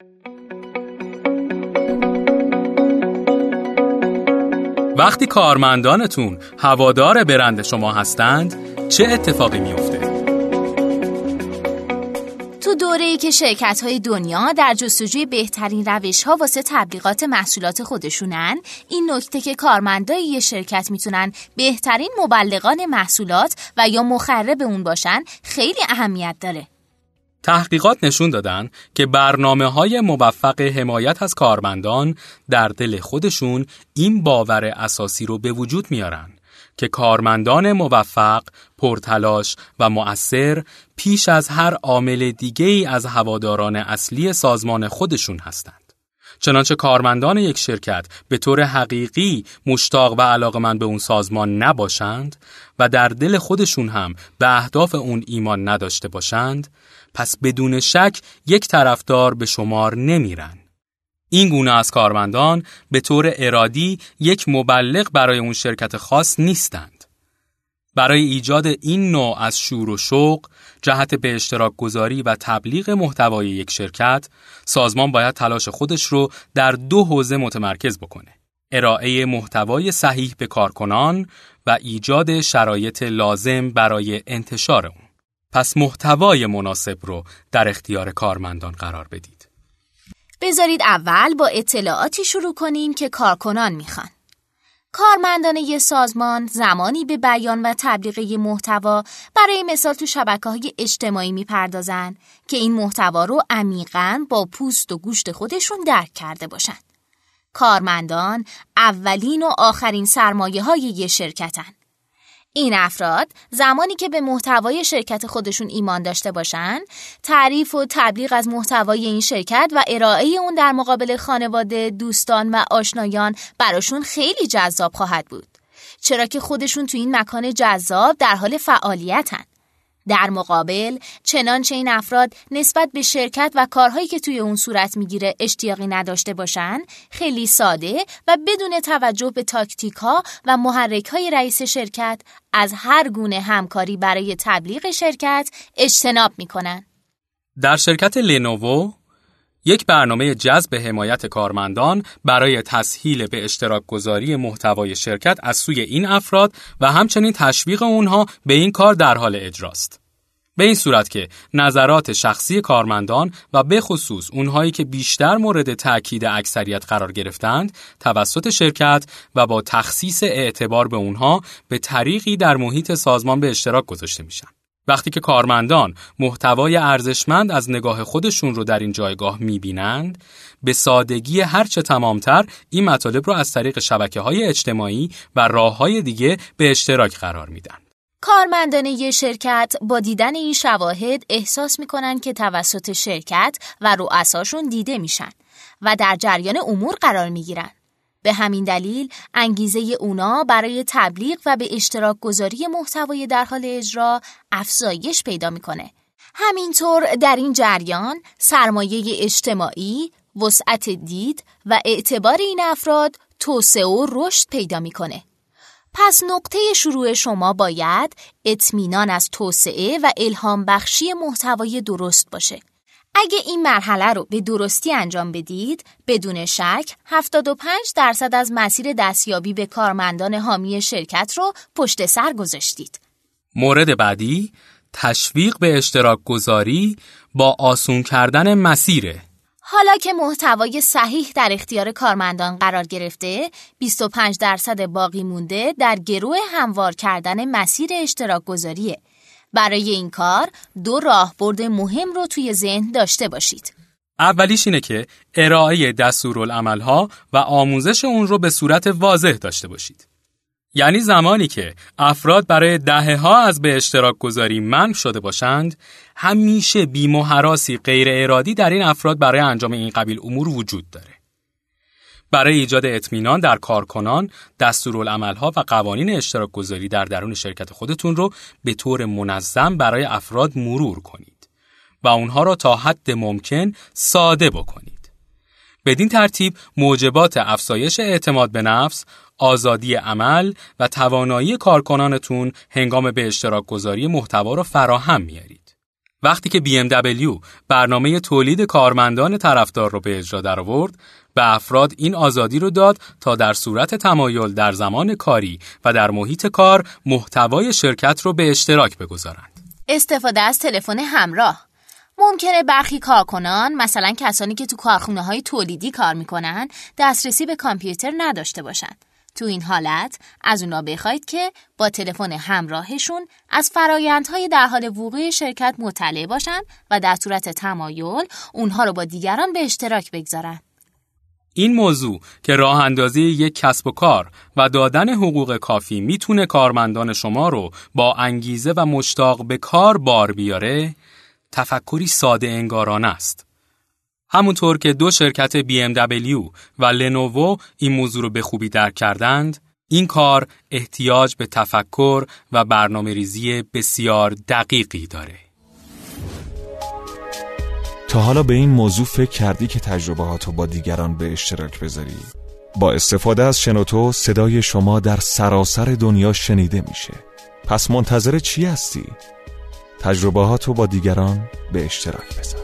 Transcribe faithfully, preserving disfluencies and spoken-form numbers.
وقتی کارمندانتون هوادار برند شما هستند، چه اتفاقی میفته؟ تو دوره‌ای که شرکت‌های دنیا در جستجوی بهترین روش‌ها واسه تبلیغات محصولات خودشونن، این نکته که کارمندای یه شرکت میتونن بهترین مبلغان محصولات و یا مخرب اون باشن خیلی اهمیت داره. تحقیقات نشون دادن که برنامه‌های موفق حمایت از کارمندان در دل خودشون این باور اساسی رو به وجود میارن که کارمندان موفق، پرتلاش و مؤثر پیش از هر عامل دیگه‌ای از هواداران اصلی سازمان خودشون هستند. چنانچه کارمندان یک شرکت به طور حقیقی مشتاق و علاقه‌مند به اون سازمان نباشند و در دل خودشون هم به اهداف اون ایمان نداشته باشند، پس بدون شک یک طرفدار به شمار نمیرن. این گونه از کارمندان به طور ارادی یک مبلغ برای اون شرکت خاص نیستند. برای ایجاد این نوع از شور و شوق جهت به اشتراک گذاری و تبلیغ محتوای یک شرکت، سازمان باید تلاش خودش رو در دو حوزه متمرکز بکنه: ارائه محتوای صحیح به کارکنان و ایجاد شرایط لازم برای انتشار اون. پس محتوای مناسب رو در اختیار کارمندان قرار بدید. بذارید اول با اطلاعاتی شروع کنیم که کارکنان میخوان. کارمندان یه سازمان زمانی به بیان و تبلیغ محتوا برای مثال تو شبکه‌های اجتماعی میپردازن که این محتوا رو عمیقاً با پوست و گوشت خودشون درک کرده باشن. کارمندان اولین و آخرین سرمایه‌های یه شرکتن. این افراد زمانی که به محتوای شرکت خودشون ایمان داشته باشن، تعریف و تبلیغ از محتوای این شرکت و ارائه اون در مقابل خانواده، دوستان و آشنایان براشون خیلی جذاب خواهد بود، چرا که خودشون تو این مکان جذاب در حال فعالیتن. در مقابل چنانچه این افراد نسبت به شرکت و کارهایی که توی اون صورت میگیره اشتیاقی نداشته باشن، خیلی ساده و بدون توجه به تاکتیک‌ها و محرک‌های رئیس شرکت از هر گونه همکاری برای تبلیغ شرکت اجتناب میکنن. در شرکت لنوو یک برنامه جذب حمایت کارمندان برای تسهیل به اشتراک گذاری محتوای شرکت از سوی این افراد و همچنین تشویق اونها به این کار در حال اجراست. به این صورت که نظرات شخصی کارمندان و به خصوص اونهایی که بیشتر مورد تأکید اکثریت قرار گرفتند توسط شرکت و با تخصیص اعتبار به اونها به طریقی در محیط سازمان به اشتراک گذاشته میشن. وقتی که کارمندان محتوای ارزشمند از نگاه خودشون رو در این جایگاه می‌بینند، به سادگی هرچه تمامتر این مطالب رو از طریق شبکه‌های اجتماعی و راه‌های دیگه به اشتراک قرار میدن. کارمندان یک شرکت با دیدن این شواهد احساس می‌کنن که توسط شرکت و رؤساشون دیده میشن و در جریان امور قرار می‌گیرن. به همین دلیل انگیزه اونا برای تبلیغ و به اشتراک گذاری محتوای در حال اجرا افزایش پیدا میکنه. همینطور در این جریان سرمایه اجتماعی، وسعت دید و اعتبار این افراد توسعه و رشد پیدا میکنه. پس نقطه شروع شما باید اطمینان از توسعه و الهام بخشی محتوای درست باشه. اگه این مرحله رو به درستی انجام بدید، بدون شک هفتاد و پنج درصد از مسیر دستیابی به کارمندان حامی شرکت رو پشت سر گذاشتید. مورد بعدی، تشویق به اشتراک گذاری با آسون کردن مسیره. حالا که محتوای صحیح در اختیار کارمندان قرار گرفته، بیست و پنج درصد باقی مونده در گروه هموار کردن مسیر اشتراک گذاریه. برای این کار دو راهبرد مهم رو توی ذهن داشته باشید. اولیش اینه که ارائه دستورالعمل‌ها و آموزش اون رو به صورت واضح داشته باشید. یعنی زمانی که افراد برای دهه‌ها از به اشتراک گذاری منع شده باشند، همیشه بیم و هراسی غیر ارادی در این افراد برای انجام این قبیل امور وجود داره. برای ایجاد اطمینان در کارکنان، دستورالعمل‌ها و قوانین اشتراک گذاری در درون شرکت خودتون رو به طور منظم برای افراد مرور کنید و اونها را تا حد ممکن ساده بکنید. بدین ترتیب موجبات افزایش اعتماد به نفس، آزادی عمل و توانایی کارکنانتون هنگام به اشتراک گذاری محتوا را فراهم میارید. وقتی که بی ام دبلیو برنامه تولید کارمندان طرفدار رو به اجرا درآورد، به افراد این آزادی رو داد تا در صورت تمایل در زمان کاری و در محیط کار محتوای شرکت رو به اشتراک بگذارند. استفاده از تلفن همراه. ممکنه برخی کارکنان، مثلا کسانی که تو کارخونه‌های تولیدی کار میکنن، دسترسی به کامپیوتر نداشته باشن. تو این حالت از اونا بخواید که با تلفن همراهشون از فرآیندهای در حال وقوع شرکت مطلع باشن و در صورت تمایل اونها رو با دیگران به اشتراک بگذارن. این موضوع که راه اندازی یک کسب و کار و دادن حقوق کافی میتونه کارمندان شما رو با انگیزه و مشتاق به کار بار بیاره، تفکری ساده انگارانه است. همونطور که دو شرکت بی ام دبلیو و لنوو این موضوع رو به خوبی درک کردند، این کار احتیاج به تفکر و برنامه‌ریزی بسیار دقیقی داره. تا حالا به این موضوع فکر کردی که تجربهاتو با دیگران به اشتراک بذاری؟ با استفاده از شنوتو صدای شما در سراسر دنیا شنیده میشه. پس منتظر چی هستی؟ تجربهاتو با دیگران به اشتراک بذار.